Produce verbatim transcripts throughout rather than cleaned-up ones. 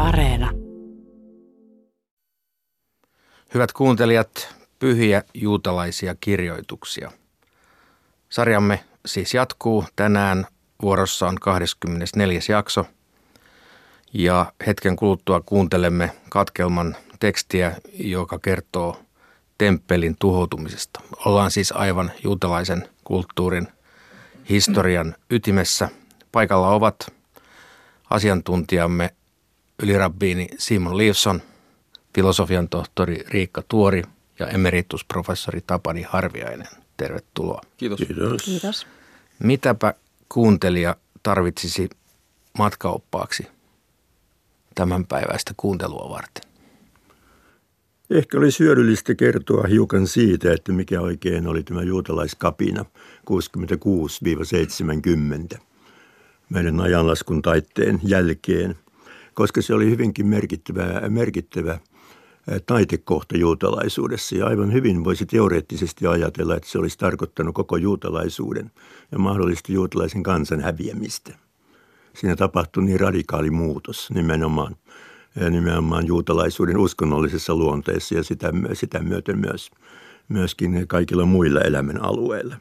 Areena. Hyvät kuuntelijat, pyhiä juutalaisia kirjoituksia. Sarjamme siis jatkuu. Tänään vuorossa on kahdeskymmenesneljäs jakso ja hetken kuluttua kuuntelemme katkelman tekstiä, joka kertoo temppelin tuhoutumisesta. Ollaan siis aivan juutalaisen kulttuurin historian ytimessä. Paikalla ovat asiantuntijamme ylirabbiini Simon Leifson, filosofian tohtori Riikka Tuori ja emeritusprofessori Tapani Harviainen. Tervetuloa. Kiitos. Kiitos. Kiitos. Mitäpä kuuntelija tarvitsisi matkaoppaaksi tämänpäiväistä kuuntelua varten? Ehkä olisi hyödyllistä kertoa hiukan siitä, että mikä oikein oli tämä juutalaiskapina kuusikymmentäkuusi seitsemänkymmentä meidän ajanlaskun taitteen jälkeen, koska se oli hyvinkin merkittävä, merkittävä taitekohta juutalaisuudessa. Ja aivan hyvin voisi teoreettisesti ajatella, että se olisi tarkoittanut koko juutalaisuuden ja mahdollisesti juutalaisen kansan häviämistä. Siinä tapahtui niin radikaali muutos nimenomaan, nimenomaan juutalaisuuden uskonnollisessa luonteessa ja sitä, sitä myöten myös, myöskin kaikilla muilla elämän alueilla.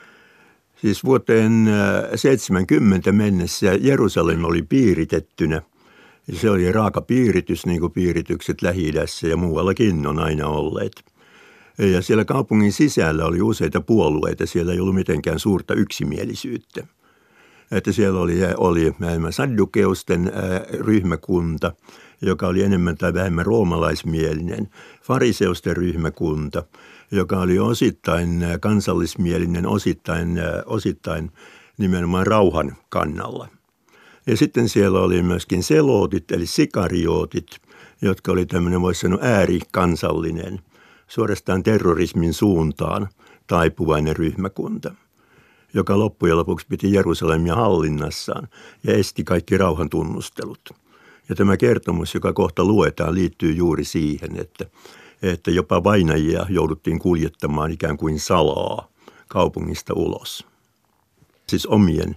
Siis vuoteen seitsemänkymmentä mennessä Jerusalem oli piiritettynä. Se oli raaka piiritys, niin kuin piiritykset Lähi-idässä ja muuallakin on aina olleet. Ja siellä kaupungin sisällä oli useita puolueita, siellä ei ollut mitenkään suurta yksimielisyyttä. Että siellä oli, oli saddukeusten ryhmäkunta, joka oli enemmän tai vähemmän roomalaismielinen, fariseusten ryhmäkunta, joka oli osittain kansallismielinen, osittain, osittain nimenomaan rauhan kannalla. Ja sitten siellä oli myöskin selootit, eli sikariootit, jotka oli tämmöinen, voisi sanoa, äärikansallinen, suorastaan terrorismin suuntaan taipuvainen ryhmäkunta, joka loppujen lopuksi piti Jerusalemia hallinnassaan ja esti kaikki rauhan tunnustelut. Ja tämä kertomus, joka kohta luetaan, liittyy juuri siihen, että, että jopa vainajia jouduttiin kuljettamaan ikään kuin salaa kaupungista ulos. Siis omien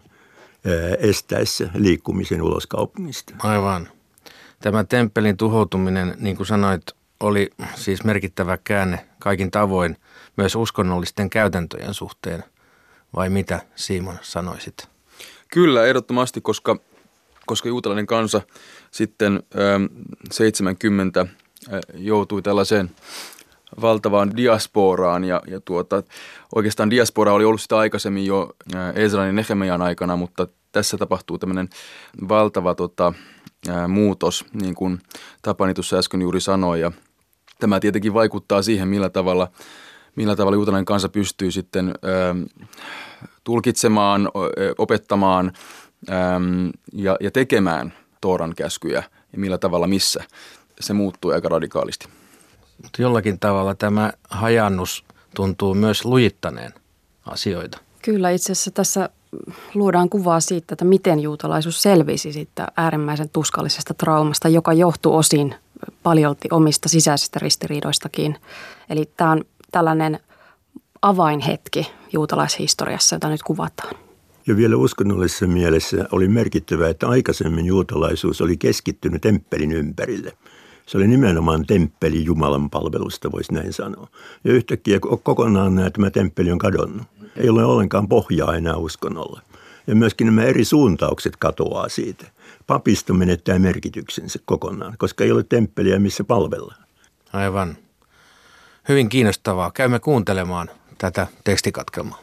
estäessä liikkumisen ulos kaupungista. Aivan. Tämä temppelin tuhoutuminen, niin kuin sanoit, oli siis merkittävä käänne kaikin tavoin myös uskonnollisten käytäntöjen suhteen. Vai mitä, Simon, sanoisit? Kyllä, ehdottomasti, koska, koska juutalainen kansa sitten seitsemänkymmentä joutui tällaiseen valtavaan diasporaan ja, ja tuota, oikeastaan diaspora oli ollut sitä aikaisemmin jo Ezran ja Nehemian aikana, mutta tässä tapahtuu tämmöinen valtava tota, ää, muutos, niin kuin Tapani tuossa äsken juuri sanoi, ja tämä tietenkin vaikuttaa siihen, millä tavalla, millä tavalla juutalainen kansa pystyy sitten ää, tulkitsemaan, opettamaan ää, ja, ja tekemään Tooran käskyjä ja millä tavalla missä. Se muuttuu aika radikaalisti. Mutta jollakin tavalla tämä hajannus tuntuu myös lujittaneen asioita. Kyllä, itse asiassa tässä luodaan kuvaa siitä, että miten juutalaisuus selvisi siitä äärimmäisen tuskallisesta traumasta, joka johtui osin paljolti omista sisäisistä ristiriidoistakin. Eli tämä on tällainen avainhetki juutalaishistoriassa, jota nyt kuvataan. Ja vielä uskonnollisessa mielessä oli merkittävää, että aikaisemmin juutalaisuus oli keskittynyt temppelin ympärille. Se oli nimenomaan temppeli Jumalan palvelusta, voisi näin sanoa. Ja yhtäkkiä kokonaan tämä temppeli on kadonnut. Ei ole ollenkaan pohjaa enää uskonnolla. Ja myöskin nämä eri suuntaukset katoaa siitä. Papisto menettää merkityksensä kokonaan, koska ei ole temppeliä, missä palvellaan. Aivan. Hyvin kiinnostavaa. Käymme kuuntelemaan tätä tekstikatkelmaa.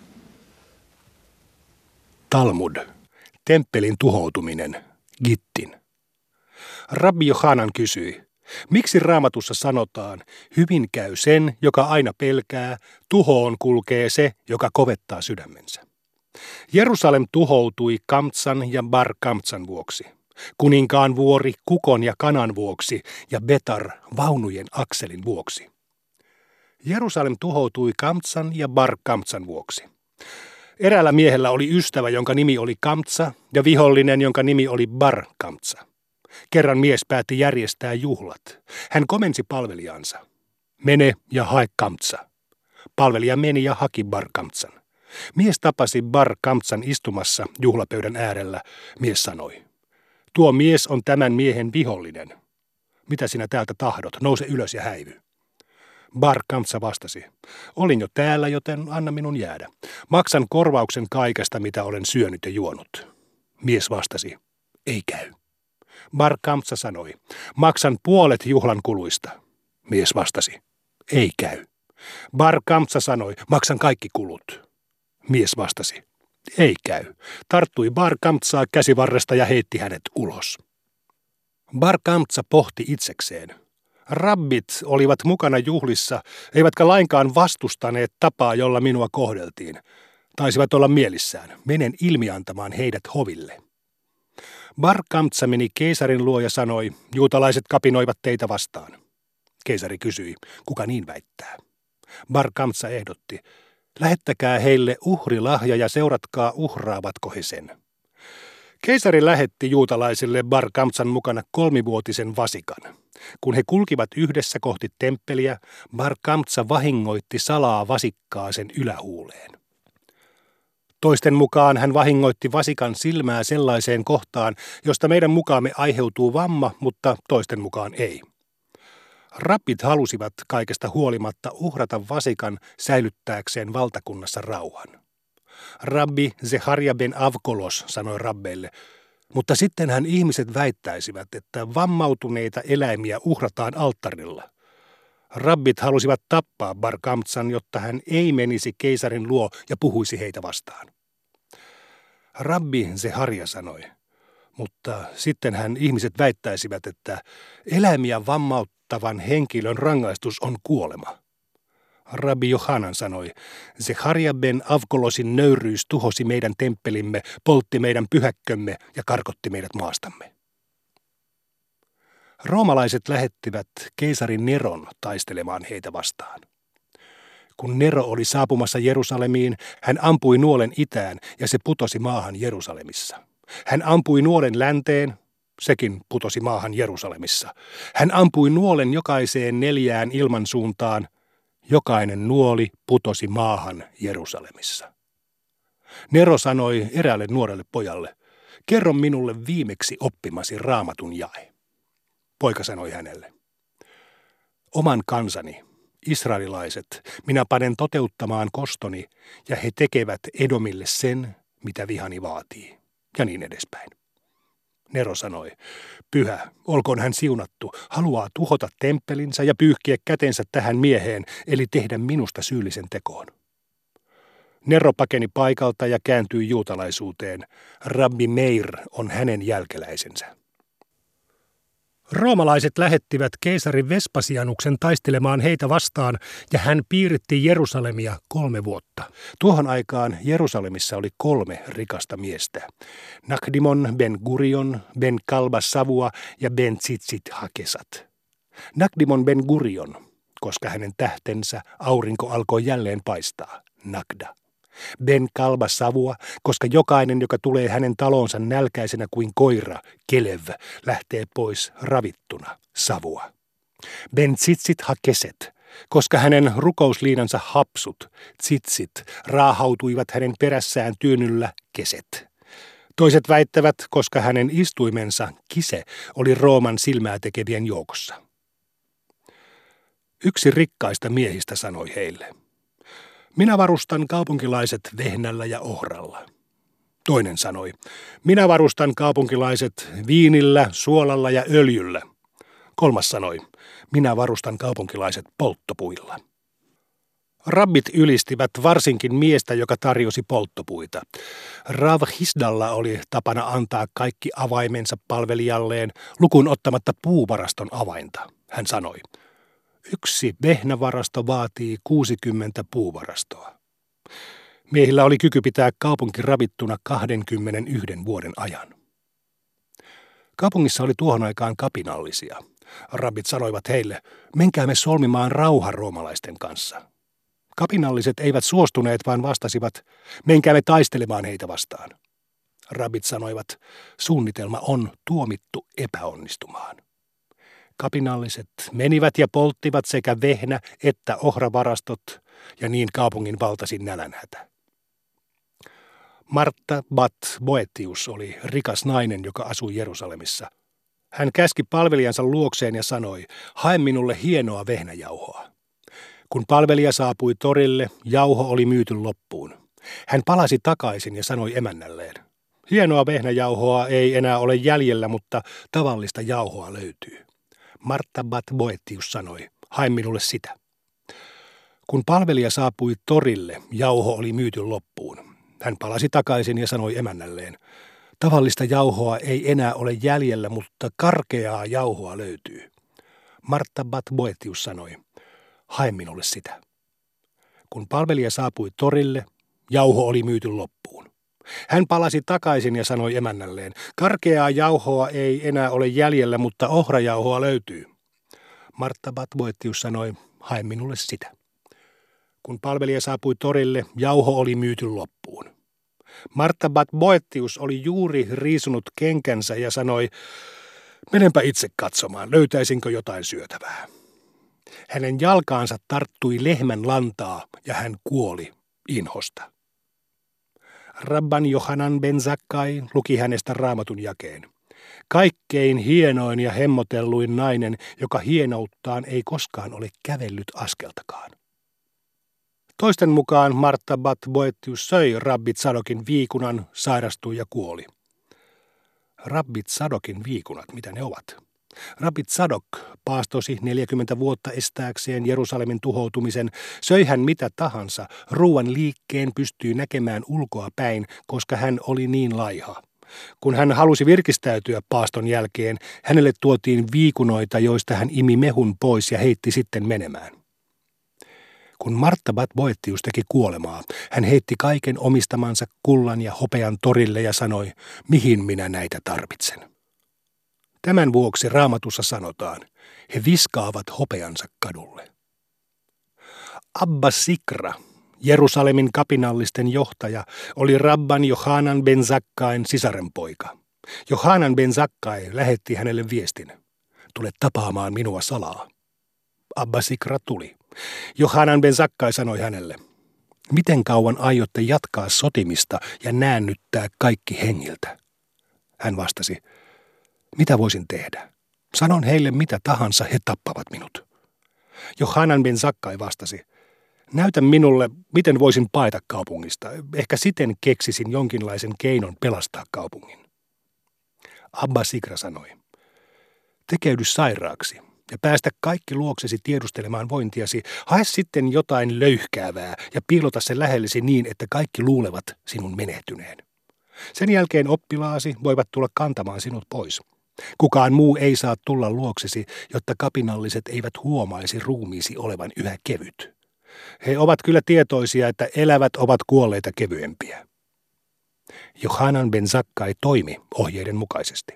Talmud. Temppelin tuhoutuminen. Gittin. Rabbi Johanan kysyi, miksi Raamatussa sanotaan, hyvin käy sen, joka aina pelkää, tuhoon kulkee se, joka kovettaa sydämensä. Jerusalem tuhoutui Kamtsan ja Bar Kamtsan vuoksi, kuninkaan vuori Kukon ja Kanan vuoksi ja Betar vaunujen akselin vuoksi. Jerusalem tuhoutui Kamtsan ja Bar Kamtsan vuoksi. Eräällä miehellä oli ystävä, jonka nimi oli Kamtsa, ja vihollinen, jonka nimi oli Bar Kamtsa. Kerran mies päätti järjestää juhlat. Hän komensi palvelijansa. Mene ja hae Kamtsa. Palvelija meni ja haki Bar Kamtsan. Mies tapasi Bar Kamtsan istumassa juhlapöydän äärellä. Mies sanoi, tuo mies on tämän miehen vihollinen. Mitä sinä täältä tahdot? Nouse ylös ja häivy. Bar Kamtsa vastasi. Olin jo täällä, joten anna minun jäädä. Maksan korvauksen kaikesta, mitä olen syönyt ja juonut. Mies vastasi. Ei käy. Bar Kamtsa sanoi. Maksan puolet juhlan kuluista. Mies vastasi. Ei käy. Bar Kamtsa sanoi. Maksan kaikki kulut. Mies vastasi. Ei käy. Tarttui Bar Kamtsaa käsivarresta ja heitti hänet ulos. Bar Kamtsa pohti itsekseen. Rabbit olivat mukana juhlissa, eivätkä lainkaan vastustaneet tapaa, jolla minua kohdeltiin. Taisivat olla mielissään. Menen ilmiantamaan heidät hoville. Bar Kamtsa meni keisarin luo ja sanoi, juutalaiset kapinoivat teitä vastaan. Keisari kysyi, kuka niin väittää. Bar Kamtsa ehdotti, lähettäkää heille uhrilahja ja seuratkaa uhraavatko he sen. Keisari lähetti juutalaisille Bar Kamtsan mukana kolmivuotisen vasikan. Kun he kulkivat yhdessä kohti temppeliä, Bar Kamtsa vahingoitti salaa vasikkaa sen ylähuuleen. Toisten mukaan hän vahingoitti vasikan silmää sellaiseen kohtaan, josta meidän mukaamme aiheutuu vamma, mutta toisten mukaan ei. Rabbit halusivat kaikesta huolimatta uhrata vasikan säilyttääkseen valtakunnassa rauhan. Rabbi Zeharia ben Avkolos sanoi rabbeille, mutta sittenhän ihmiset väittäisivät, että vammautuneita eläimiä uhrataan alttarilla. Rabbit halusivat tappaa Bar Kamtsan, jotta hän ei menisi keisarin luo ja puhuisi heitä vastaan. Rabbi Zeharia sanoi, mutta sittenhän ihmiset väittäisivät, että eläimiä vammauttavan henkilön rangaistus on kuolema. Rabbi Johanan sanoi, Zeharia ben Avkolosin nöyryys tuhosi meidän temppelimme, poltti meidän pyhäkkömme ja karkotti meidät maastamme. Roomalaiset lähettivät keisari Neron taistelemaan heitä vastaan. Kun Nero oli saapumassa Jerusalemiin, hän ampui nuolen itään ja se putosi maahan Jerusalemissa. Hän ampui nuolen länteen, sekin putosi maahan Jerusalemissa. Hän ampui nuolen jokaiseen neljään ilmansuuntaan, jokainen nuoli putosi maahan Jerusalemissa. Nero sanoi eräälle nuorelle pojalle, kerro minulle viimeksi oppimasi raamatun jae. Poika sanoi hänelle, oman kansani, israelilaiset, minä panen toteuttamaan kostoni ja he tekevät Edomille sen, mitä vihani vaatii, ja niin edespäin. Nero sanoi, pyhä, olkoon hän siunattu, haluaa tuhota temppelinsä ja pyyhkiä kätensä tähän mieheen, eli tehdä minusta syyllisen tekoon. Nero pakeni paikalta ja kääntyi juutalaisuuteen. Rabbi Meir on hänen jälkeläisensä. Roomalaiset lähettivät keisari Vespasianuksen taistelemaan heitä vastaan, ja hän piiritti Jerusalemia kolme vuotta. Tuohon aikaan Jerusalemissa oli kolme rikasta miestä. Nakdimon ben Gurion, ben Kalba Savua ja ben Tsitsit Hakesat. Nakdimon ben Gurion, koska hänen tähtensä aurinko alkoi jälleen paistaa, Nagda. Ben Kalba Savua, koska jokainen, joka tulee hänen talonsa nälkäisenä kuin koira, Kelev, lähtee pois ravittuna, Savua. Ben Tsitsit Hakeset, koska hänen rukousliinansa hapsut, tsitsit, raahautuivat hänen perässään tyynnyllä, Keset. Toiset väittävät, koska hänen istuimensa, Kise, oli Rooman silmää tekevien joukossa. Yksi rikkaista miehistä sanoi heille, minä varustan kaupunkilaiset vehnällä ja ohralla. Toinen sanoi, minä varustan kaupunkilaiset viinillä, suolalla ja öljyllä. Kolmas sanoi, minä varustan kaupunkilaiset polttopuilla. Rabbit ylistivät varsinkin miestä, joka tarjosi polttopuita. Rav Hisdalla oli tapana antaa kaikki avaimensa palvelijalleen, lukuun ottamatta puuvaraston avainta. Hän sanoi, yksi vehnävarasto vaatii kuusikymmentä puuvarastoa. Miehillä oli kyky pitää kaupunki ravittuna kaksikymmentäyksi vuoden ajan. Kaupungissa oli tuohon aikaan kapinallisia. Rabbit sanoivat heille, menkäämme solmimaan rauha roomalaisten kanssa. Kapinalliset eivät suostuneet, vaan vastasivat, menkäämme taistelemaan heitä vastaan. Rabbit sanoivat, suunnitelma on tuomittu epäonnistumaan. Kapinalliset menivät ja polttivat sekä vehnä- että ohravarastot, ja niin kaupungin valtasi nälänhätä. Martta bat Boetius oli rikas nainen, joka asui Jerusalemissa. Hän käski palvelijansa luokseen ja sanoi, hae minulle hienoa vehnäjauhoa. Kun palvelija saapui torille, jauho oli myyty loppuun. Hän palasi takaisin ja sanoi emännälleen, hienoa vehnäjauhoa ei enää ole jäljellä, mutta tavallista jauhoa löytyy. Martha bat Boethius sanoi, hae minulle sitä. Kun palvelija saapui torille, jauho oli myyty loppuun. Hän palasi takaisin ja sanoi emännälleen, tavallista jauhoa ei enää ole jäljellä, mutta karkeaa jauhoa löytyy. Martha bat Boethius sanoi, hae minulle sitä. Kun palvelija saapui torille, jauho oli myyty loppuun. Hän palasi takaisin ja sanoi emännälleen, karkeaa jauhoa ei enää ole jäljellä, mutta ohrajauhoa löytyy. Martha bat Boethius sanoi, hae minulle sitä. Kun palvelija saapui torille, jauho oli myyty loppuun. Martha bat Boethius oli juuri riisunut kenkänsä ja sanoi, menenpä itse katsomaan, löytäisinkö jotain syötävää. Hänen jalkaansa tarttui lehmän lantaa ja hän kuoli inhosta. Rabban Johanan ben Zakkai luki hänestä raamatun jakeen. Kaikkein hienoin ja hemmotelluin nainen, joka hienouttaan ei koskaan ole kävellyt askeltakaan. Toisten mukaan Martha bat Boethius söi Rabbi Tzadokin viikunan, sairastui ja kuoli. Rabbi Tzadokin viikunat, mitä ne ovat? Rabbi Tzadok paastosi neljäkymmentä vuotta estääkseen Jerusalemin tuhoutumisen, söi hän mitä tahansa, ruuan liikkeen pystyy näkemään ulkoa päin, koska hän oli niin laiha. Kun hän halusi virkistäytyä paaston jälkeen, hänelle tuotiin viikunoita, joista hän imi mehun pois ja heitti sitten menemään. Kun Martha bat Boethius teki kuolemaa, hän heitti kaiken omistamansa kullan ja hopean torille ja sanoi, mihin minä näitä tarvitsen. Tämän vuoksi Raamatussa sanotaan, he viskaavat hopeansa kadulle. Abba Sikra, Jerusalemin kapinallisten johtaja, oli Rabban Johanan ben Zakkain sisarenpoika. Johanan ben Zakkai lähetti hänelle viestin, tule tapaamaan minua salaa. Abba Sikra tuli. Johanan ben Zakkai sanoi hänelle, miten kauan aiotte jatkaa sotimista ja näännyttää kaikki hengiltä? Hän vastasi, mitä voisin tehdä? Sanon heille mitä tahansa, he tappavat minut. Johanan ben Zakkai vastasi, näytä minulle, miten voisin paeta kaupungista. Ehkä siten keksisin jonkinlaisen keinon pelastaa kaupungin. Abba Sikra sanoi, tekeydy sairaaksi ja päästä kaikki luoksesi tiedustelemaan vointiasi. Hae sitten jotain löyhkäävää ja piilota se lähellesi niin, että kaikki luulevat sinun menehtyneen. Sen jälkeen oppilaasi voivat tulla kantamaan sinut pois. Kukaan muu ei saa tulla luoksesi, jotta kapinalliset eivät huomaisi ruumiisi olevan yhä kevyt. He ovat kyllä tietoisia, että elävät ovat kuolleita kevyempiä. Johanan ben Zakkai toimi ohjeiden mukaisesti.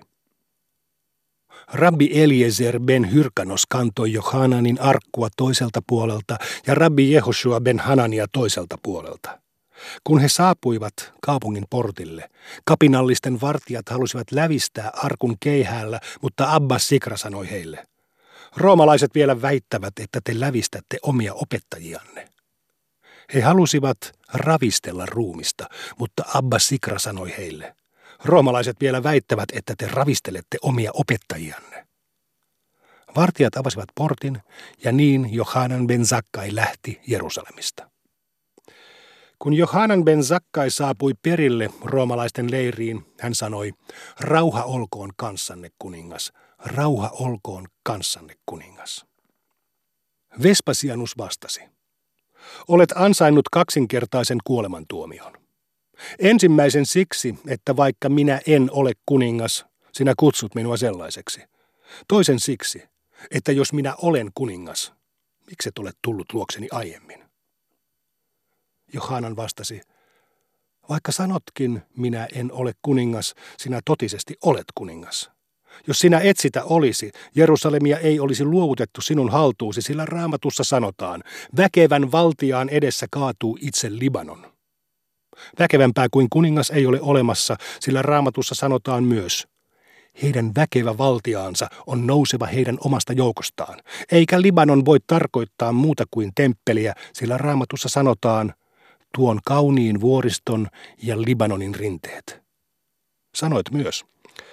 Rabbi Eliezer ben Hyrkanos kantoi Johananin arkkua toiselta puolelta ja Rabbi Jehoshua ben Hanania toiselta puolelta. Kun he saapuivat kaupungin portille, kapinallisten vartijat halusivat lävistää arkun keihäällä, mutta Abba Sikra sanoi heille, roomalaiset vielä väittävät, että te lävistätte omia opettajianne. He halusivat ravistella ruumista, mutta Abba Sikra sanoi heille, roomalaiset vielä väittävät, että te ravistelette omia opettajianne. Vartijat avasivat portin ja niin Johanan ben Zakkai lähti Jerusalemista. Kun Johanan ben Zakkai saapui perille roomalaisten leiriin, hän sanoi, rauha olkoon kanssanne kuningas, rauha olkoon kanssanne kuningas. Vespasianus vastasi, olet ansainnut kaksinkertaisen kuolemantuomion. Ensimmäisen siksi, että vaikka minä en ole kuningas, sinä kutsut minua sellaiseksi. Toisen siksi, että jos minä olen kuningas, miksi et ole tullut luokseni aiemmin? Johanan vastasi, vaikka sanotkin, minä en ole kuningas, sinä totisesti olet kuningas. Jos sinä et sitä olisi, Jerusalemia ei olisi luovutettu sinun haltuusi, sillä Raamatussa sanotaan, väkevän valtiaan edessä kaatuu itse Libanon. Väkevämpää kuin kuningas ei ole olemassa, sillä Raamatussa sanotaan myös, heidän väkevä valtiaansa on nouseva heidän omasta joukostaan, eikä Libanon voi tarkoittaa muuta kuin temppeliä, sillä Raamatussa sanotaan, tuon kauniin vuoriston ja Libanonin rinteet. Sanoit myös,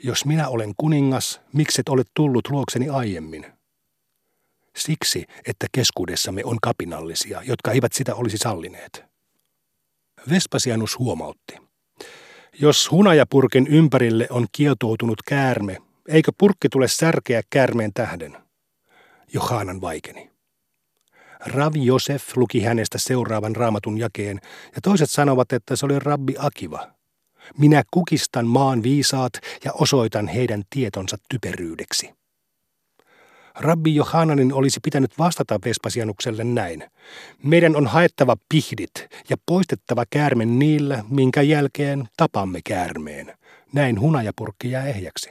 Jos minä olen kuningas, mikset olet tullut luokseni aiemmin? Siksi, että keskuudessamme on kapinallisia, jotka eivät sitä olisi sallineet. Vespasianus huomautti. Jos hunajapurkin ympärille on kietoutunut käärme, eikö purkki tule särkeä käärmeen tähden? Johanan vaikeni. Ravi Josef luki hänestä seuraavan raamatun jakeen, ja toiset sanovat, että se oli rabbi Akiva. Minä kukistan maan viisaat ja osoitan heidän tietonsa typeryydeksi. Rabbi Johananin olisi pitänyt vastata Vespasianukselle näin. Meidän on haettava pihdit ja poistettava käärme niillä, minkä jälkeen tapamme käärmeen. Näin hunajapurkki jää ehjäksi.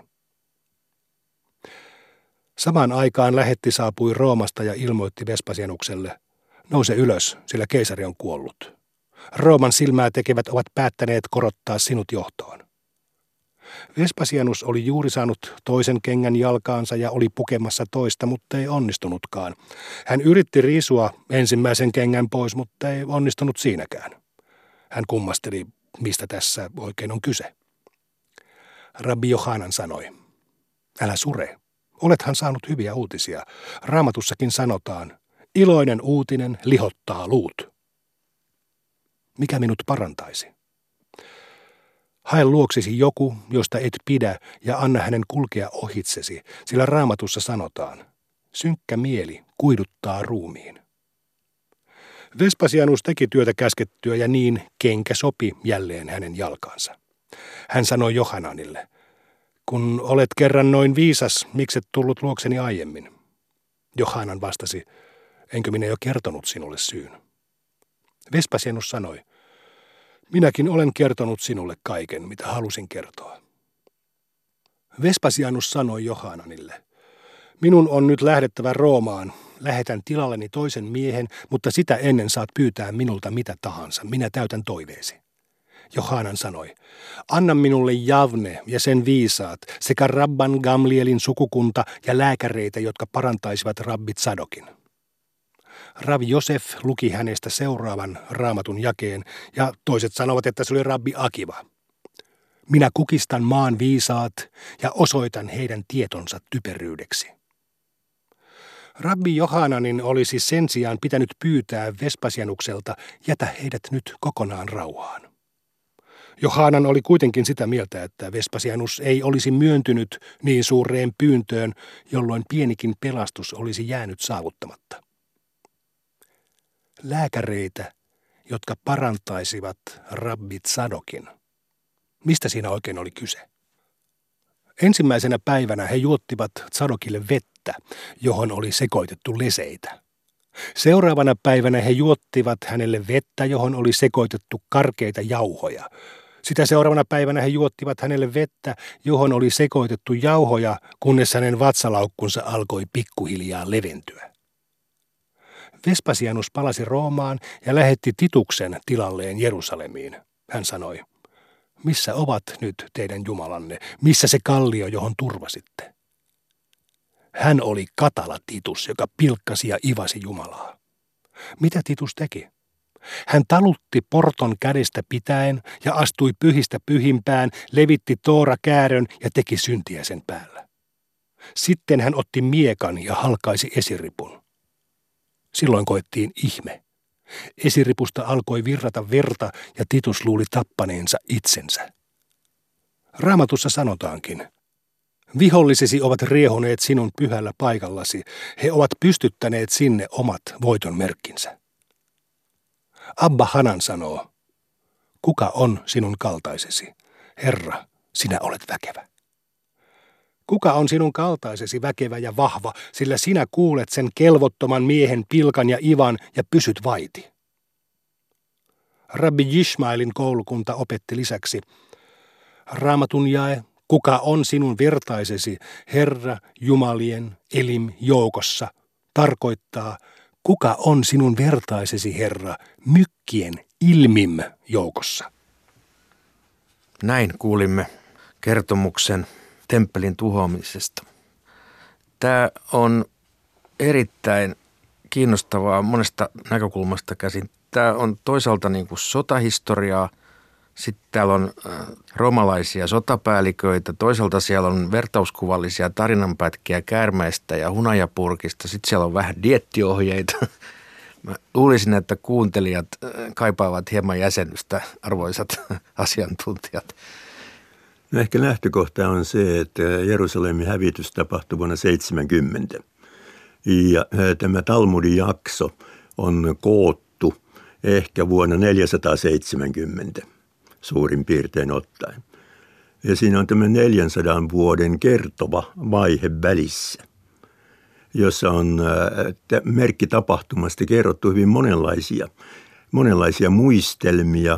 Samaan aikaan lähetti saapui Roomasta ja ilmoitti Vespasianukselle, nouse ylös, sillä keisari on kuollut. Rooman silmää tekevät ovat päättäneet korottaa sinut johtoon. Vespasianus oli juuri saanut toisen kengän jalkaansa ja oli pukemassa toista, mutta ei onnistunutkaan. Hän yritti riisua ensimmäisen kengän pois, mutta ei onnistunut siinäkään. Hän kummasteli, mistä tässä oikein on kyse. Rabbi Johanan sanoi, älä sure. Olethan saanut hyviä uutisia. Raamatussakin sanotaan, iloinen uutinen lihottaa luut. Mikä minut parantaisi? Hae luoksisi joku, josta et pidä, ja anna hänen kulkea ohitsesi, sillä Raamatussa sanotaan, synkkä mieli kuiduttaa ruumiin. Vespasianus teki työtä käskettyä ja niin kenkä sopi jälleen hänen jalkaansa. Hän sanoi Johananille, kun olet kerran noin viisas, mikset tullut luokseni aiemmin? Johanan vastasi, enkö minä jo kertonut sinulle syyn? Vespasianus sanoi, minäkin olen kertonut sinulle kaiken, mitä halusin kertoa. Vespasianus sanoi Johananille, minun on nyt lähdettävä Roomaan, lähetän tilalleni toisen miehen, mutta sitä ennen saat pyytää minulta mitä tahansa, minä täytän toiveesi. Johanan sanoi, anna minulle Javne ja sen viisaat sekä Rabban Gamlielin sukukunta ja lääkäreitä, jotka parantaisivat rabbit Sadokin. Ravi Josef luki hänestä seuraavan raamatun jakeen ja toiset sanovat, että se oli rabbi Akiva. Minä kukistan maan viisaat ja osoitan heidän tietonsa typeryydeksi. Rabbi Johananin olisi sen sijaan pitänyt pyytää Vespasianukselta, jätä heidät nyt kokonaan rauhaan. Johanan oli kuitenkin sitä mieltä, että Vespasianus ei olisi myöntynyt niin suureen pyyntöön, jolloin pienikin pelastus olisi jäänyt saavuttamatta. Lääkäreitä, jotka parantaisivat rabbit Sadokin. Mistä siinä oikein oli kyse? Ensimmäisenä päivänä he juottivat Sadokille vettä, johon oli sekoitettu leseitä. Seuraavana päivänä he juottivat hänelle vettä, johon oli sekoitettu karkeita jauhoja. Sitä seuraavana päivänä he juottivat hänelle vettä, johon oli sekoitettu jauhoja, kunnes hänen vatsalaukkunsa alkoi pikkuhiljaa leventyä. Vespasianus palasi Roomaan ja lähetti Tituksen tilalleen Jerusalemiin. Hän sanoi, missä ovat nyt teidän Jumalanne, missä se kallio, johon turvasitte? Hän oli katala Titus, joka pilkkasi ja ivasi Jumalaa. Mitä Titus teki? Hän talutti porton kädestä pitäen ja astui pyhistä pyhimpään, levitti Toora-käärön ja teki syntiä sen päällä. Sitten hän otti miekan ja halkaisi esiripun. Silloin koettiin ihme. Esiripusta alkoi virrata verta ja Titus luuli tappaneensa itsensä. Raamatussa sanotaankin, vihollisesi ovat riehoneet sinun pyhällä paikallasi, he ovat pystyttäneet sinne omat voiton merkkinsä. Abba Hanan sanoo, kuka on sinun kaltaisesi? Herra, sinä olet väkevä. Kuka on sinun kaltaisesi väkevä ja vahva, sillä sinä kuulet sen kelvottoman miehen pilkan ja ivan ja pysyt vaiti. Rabbi Jishmaelin koulukunta opetti lisäksi, Raamatun jae, kuka on sinun vertaisesi, Herra Jumalien elim joukossa, tarkoittaa, kuka on sinun vertaisesi, Herra, mykkien ilmim joukossa. Näin kuulimme kertomuksen temppelin tuhoamisesta. Tämä on erittäin kiinnostavaa monesta näkökulmasta käsin. Tämä on toisaalta niin kuin sotahistoriaa, Sitten täällä on roomalaisia sotapäälliköitä. Toisaalta siellä on vertauskuvallisia tarinanpätkiä käärmeistä ja hunajapurkista. Sitten siellä on vähän dieettiohjeita. Mä luulisin, että kuuntelijat kaipaavat hieman jäsennystä, arvoisat asiantuntijat. No ehkä lähtökohta on se, että Jerusalemin hävitys tapahtui vuonna seitsemänkymmentä. Ja tämä Talmudin jakso on koottu ehkä vuonna neljäsataaseitsemänkymmentä suurin piirtein ottaen. Ja siinä on tämä neljänsadan vuoden kertova vaihe välissä, jossa on merkki tapahtumasta kerrottu hyvin monenlaisia, monenlaisia muistelmia,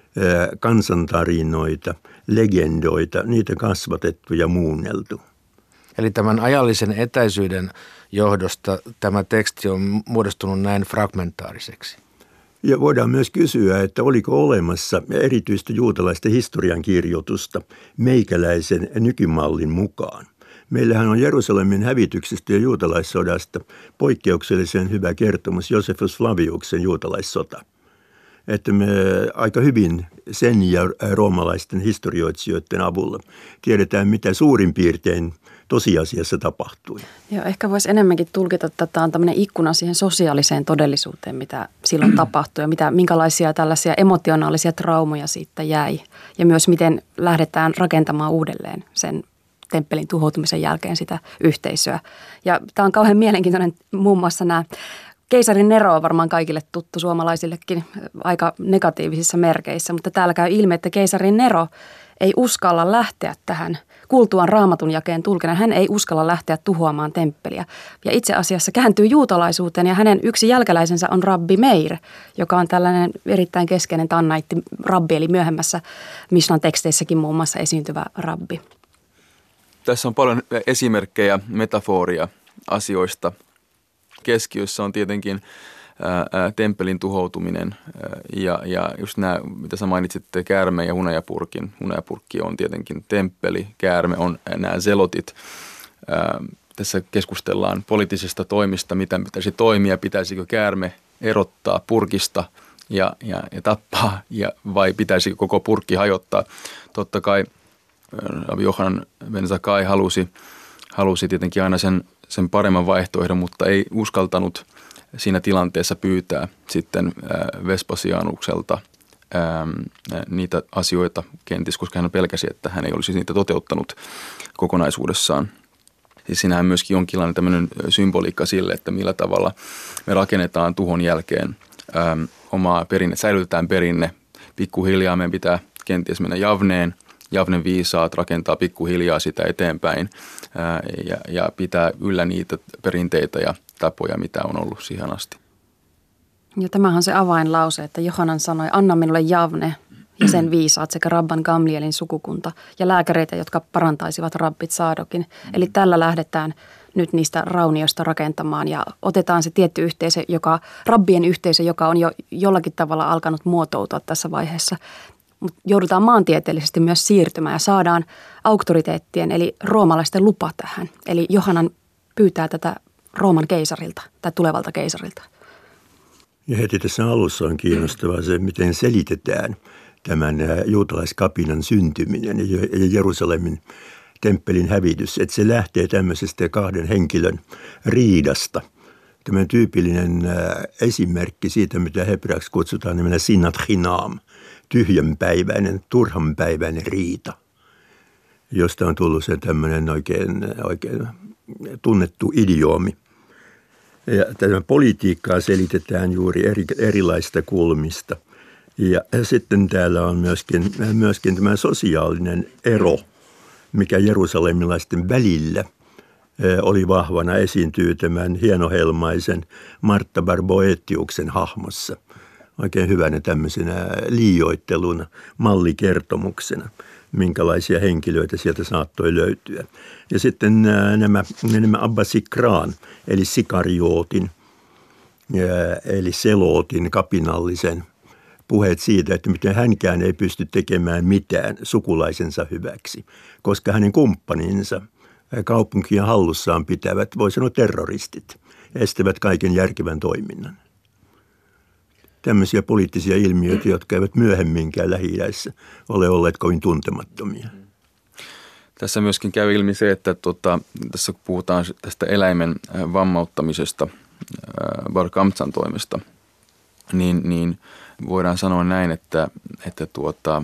kansantarinoita, legendoita, niitä kasvatettu ja muunneltu. Eli tämän ajallisen etäisyyden johdosta tämä teksti on muodostunut näin fragmentaariseksi. Ja voidaan myös kysyä, että oliko olemassa erityistä juutalaista historiankirjoitusta meikäläisen nykymallin mukaan. Meillähän on Jerusalemin hävityksestä ja juutalaissodasta poikkeuksellisen hyvä kertomus Josephus Flaviuksen juutalaissota. Että me aika hyvin sen ja roomalaisten historioitsijoiden avulla tiedetään, mitä suurin piirtein tosiasiassa tapahtui. Joo, ehkä voisi enemmänkin tulkita, että tämä on tämmöinen ikkuna siihen sosiaaliseen todellisuuteen, mitä silloin tapahtui ja mitä, minkälaisia tällaisia emotionaalisia traumoja siitä jäi. Ja myös miten lähdetään rakentamaan uudelleen sen temppelin tuhoutumisen jälkeen sitä yhteisöä. Ja tämä on kauhean mielenkiintoinen muun muassa nämä Keisari Nero on varmaan kaikille tuttu, suomalaisillekin aika negatiivisissa merkeissä, mutta täällä käy ilmi, että keisari Nero ei uskalla lähteä tähän kuultuaan Raamatun jakeen tulkinnan. Hän ei uskalla lähteä tuhoamaan temppeliä ja itse asiassa kääntyy juutalaisuuteen ja hänen yksi jälkeläisensä on Rabbi Meir, joka on tällainen erittäin keskeinen tannaitti rabbi, eli myöhemmässä Mishnan teksteissäkin muun muassa esiintyvä rabbi. Tässä on paljon esimerkkejä, metaforia asioista. Keskiössä on tietenkin ää, ää, temppelin tuhoutuminen ää, ja, ja just nämä, mitä sä mainitsitte, käärme ja hunajapurkin. Hunajapurkki on tietenkin temppeli, käärme on nämä zelotit. Ää, tässä keskustellaan poliittisista toimista, mitä pitäisi toimia, pitäisikö käärme erottaa purkista ja, ja, ja tappaa ja, vai pitäisikö koko purkki hajottaa. Totta kai Rabbi Yochanan ben Zakkai halusi, halusi tietenkin aina sen sen paremman vaihtoehdon, mutta ei uskaltanut siinä tilanteessa pyytää sitten Vespasianukselta niitä asioita kenties, koska hän pelkäsi, että hän ei olisi niitä toteuttanut kokonaisuudessaan. Siis siinähän myöskin jonkinlainen tämmöinen symboliikka sille, että millä tavalla me rakennetaan tuhon jälkeen omaa perinne, säilytetään perinne. Pikkuhiljaa meidän pitää kenties mennä Javneen. Javnen viisaat rakentaa pikkuhiljaa sitä eteenpäin ää, ja, ja pitää yllä niitä perinteitä ja tapoja, mitä on ollut siihen asti. Ja tämähän on se avainlause, että Johanan sanoi, anna minulle Javne ja sen viisaat sekä Rabban Gamlielin sukukunta ja lääkäreitä, jotka parantaisivat rabbit Saadokin. Eli tällä lähdetään nyt niistä raunioista rakentamaan ja otetaan se tietty yhteisö, joka, rabbien yhteisö, joka on jo jollakin tavalla alkanut muotoutua tässä vaiheessa. Mutta joudutaan maantieteellisesti myös siirtymään ja saadaan auktoriteettien eli roomalaisten lupa tähän. Eli Johanan pyytää tätä Rooman keisarilta tai tulevalta keisarilta. Ja heti tässä alussa on kiinnostavaa se, miten selitetään tämän juutalaiskapinan syntyminen ja Jerusalemin temppelin hävitys. Että se lähtee tämmöisestä kahden henkilön riidasta. Tämä tyypillinen esimerkki siitä, mitä hebreaksi kutsutaan nimellä sinat chinam. Tyhjänpäiväinen, turhanpäiväinen riita, josta on tullut se tämmöinen oikein, oikein tunnettu idioomi. Ja tämä politiikkaa selitetään juuri eri, erilaista kulmista. Ja sitten täällä on myöskin, myöskin tämä sosiaalinen ero, mikä jerusalemilaisten välillä oli vahvana, esiintyy tämän hienohelmaisen Martta Barboetiuksen hahmossa. Oikein hyvänä tämmöisenä liioitteluna, mallikertomuksena, minkälaisia henkilöitä sieltä saattoi löytyä. Ja sitten nämä, nämä Abba Sikraan, eli Sikariootin, eli Selootin kapinallisen puheet siitä, että miten hänkään ei pysty tekemään mitään sukulaisensa hyväksi, koska hänen kumppaninsa, kaupunkia hallussaan pitävät, voi sanoa terroristit, estävät kaiken järkevän toiminnan. tämmöisiä poliittisia ilmiöitä, jotka eivät myöhemminkään Lähi-idässä ole olleet kovin tuntemattomia. Tässä myöskin käy ilmi se, että tota, tässä kun puhutaan tästä eläimen vammauttamisesta Bar Kamzan toimesta, niin, niin voidaan sanoa näin, että, että tuota,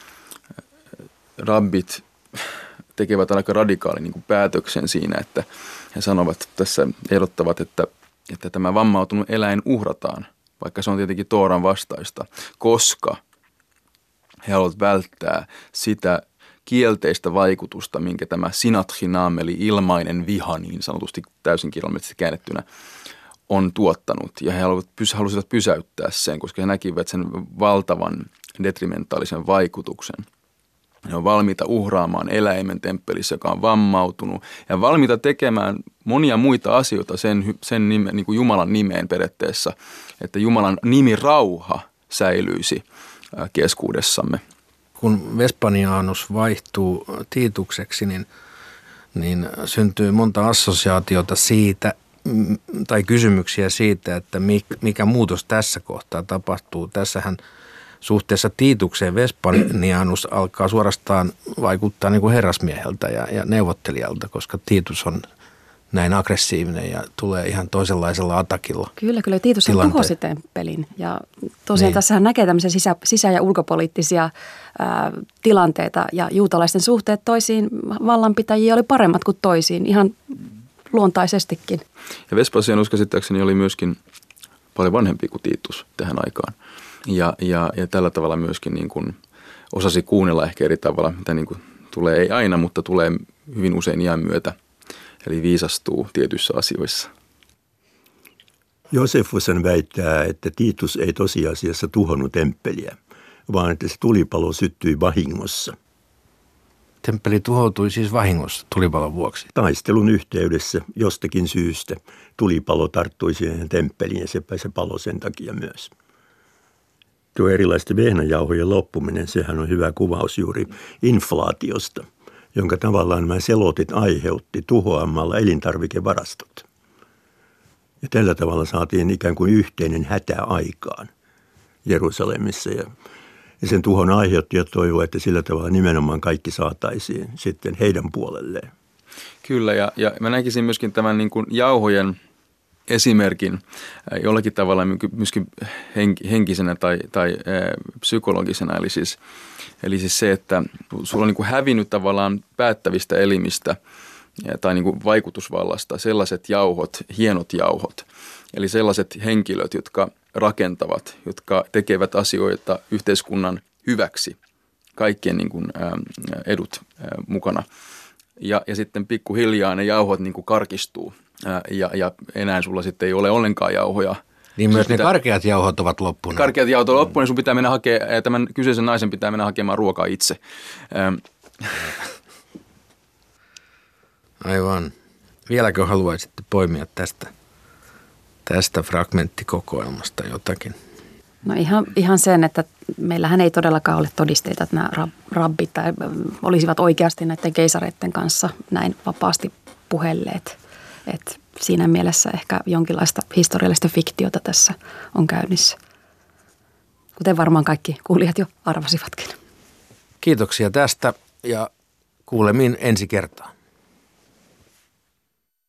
rabbit tekevät aika radikaalin niin kuin päätöksen siinä, että he sanovat tässä, ehdottavat, että, että tämä vammautunut eläin uhrataan, vaikka se on tietenkin Tooran vastaista, koska he haluavat välttää sitä kielteistä vaikutusta, minkä tämä sinat chinam, eli ilmainen viha niin sanotusti täysin kirjallisesti käännettynä, on tuottanut. Ja he halusivat pysäyttää sen, koska he näkivät sen valtavan detrimentaalisen vaikutuksen. He on valmiita uhraamaan eläimen temppelissä, joka on vammautunut, ja valmiita tekemään monia muita asioita sen, sen nime, niin kuin Jumalan nimeen periaatteessa, että Jumalan nimi rauha säilyisi keskuudessamme. Kun Vespanianus vaihtuu Tiitukseksi, niin, niin syntyy monta assosiaatiota siitä, tai kysymyksiä siitä, että mikä muutos tässä kohtaa tapahtuu. Tässähän suhteessa Tiitukseen Vespanianus alkaa suorastaan vaikuttaa niin kuin herrasmieheltä ja, ja neuvottelijalta, koska Tiitus on näin aggressiivinen ja tulee ihan toisenlaisella atakilla. Kyllä, kyllä. Tiitus tuhosi temppelin. Ja tosiaan niin. Tässähän näkee tämmöisiä sisä, sisä- ja ulkopoliittisia ää, tilanteita, ja juutalaisten suhteet toisiin vallanpitäjiä oli paremmat kuin toisiin, ihan luontaisestikin. Ja Vespasianus käsittääkseni oli myöskin paljon vanhempi kuin Tiitus tähän aikaan. Ja, ja, ja tällä tavalla myöskin niin kuin osasi kuunnella ehkä eri tavalla, mitä niin kuin tulee, ei aina, mutta tulee hyvin usein iän myötä. Eli viisastuu tietyissä asioissa. Josefusson väittää, että Tiitus ei tosiasiassa tuhonnut temppeliä, vaan että se tulipalo syttyi vahingossa. Temppeli tuhoutui siis vahingossa tulipalon vuoksi? Taistelun yhteydessä jostakin syystä tulipalo tarttui siihen temppeliin ja se, se palo sen takia myös. Tuo erilaisten vehnäjauhojen loppuminen, sehän on hyvä kuvaus juuri inflaatiosta, jonka tavallaan nämä selotit aiheutti tuhoamalla elintarvikevarastot. Ja tällä tavalla saatiin ikään kuin yhteinen hätä aikaan Jerusalemissa. Ja, ja sen tuhon aiheuttajat toivoivat, että sillä tavalla nimenomaan kaikki saataisiin sitten heidän puolelleen. Kyllä, ja, ja mä näkisin myöskin tämän niin kuin jauhojen esimerkin jollakin tavalla myöskin henkisenä tai, tai psykologisena, eli siis, eli siis se, että sulla on niin kuin hävinnyt tavallaan päättävistä elimistä tai niin kuin vaikutusvallasta sellaiset jauhot, hienot jauhot, eli sellaiset henkilöt, jotka rakentavat, jotka tekevät asioita yhteiskunnan hyväksi, kaikkien niin kuin edut mukana. Ja, ja sitten pikkuhiljaa ne jauhot niin kuin karkistuu. Ja, ja enää sulla sitten ei ole ollenkaan jauhoja. Niin myös ne pitää, karkeat jauhot ovat loppuneet. Karkeat jauhot ovat loppuneet, sun pitää mennä hakemaan, ja tämän kyseisen naisen pitää mennä hakemaan ruokaa itse. Aivan. Vieläkö haluaisitte poimia tästä, tästä fragmenttikokoelmasta jotakin? No ihan, ihan sen, että meillähän ei todellakaan ole todisteita, että nämä rabbit olisivat oikeasti näiden keisareiden kanssa näin vapaasti puhelleet. Et siinä mielessä ehkä jonkinlaista historiallista fiktiota tässä on käynnissä, kuten varmaan kaikki kuulijat jo arvasivatkin. Kiitoksia tästä ja kuulemiin ensi kertaa.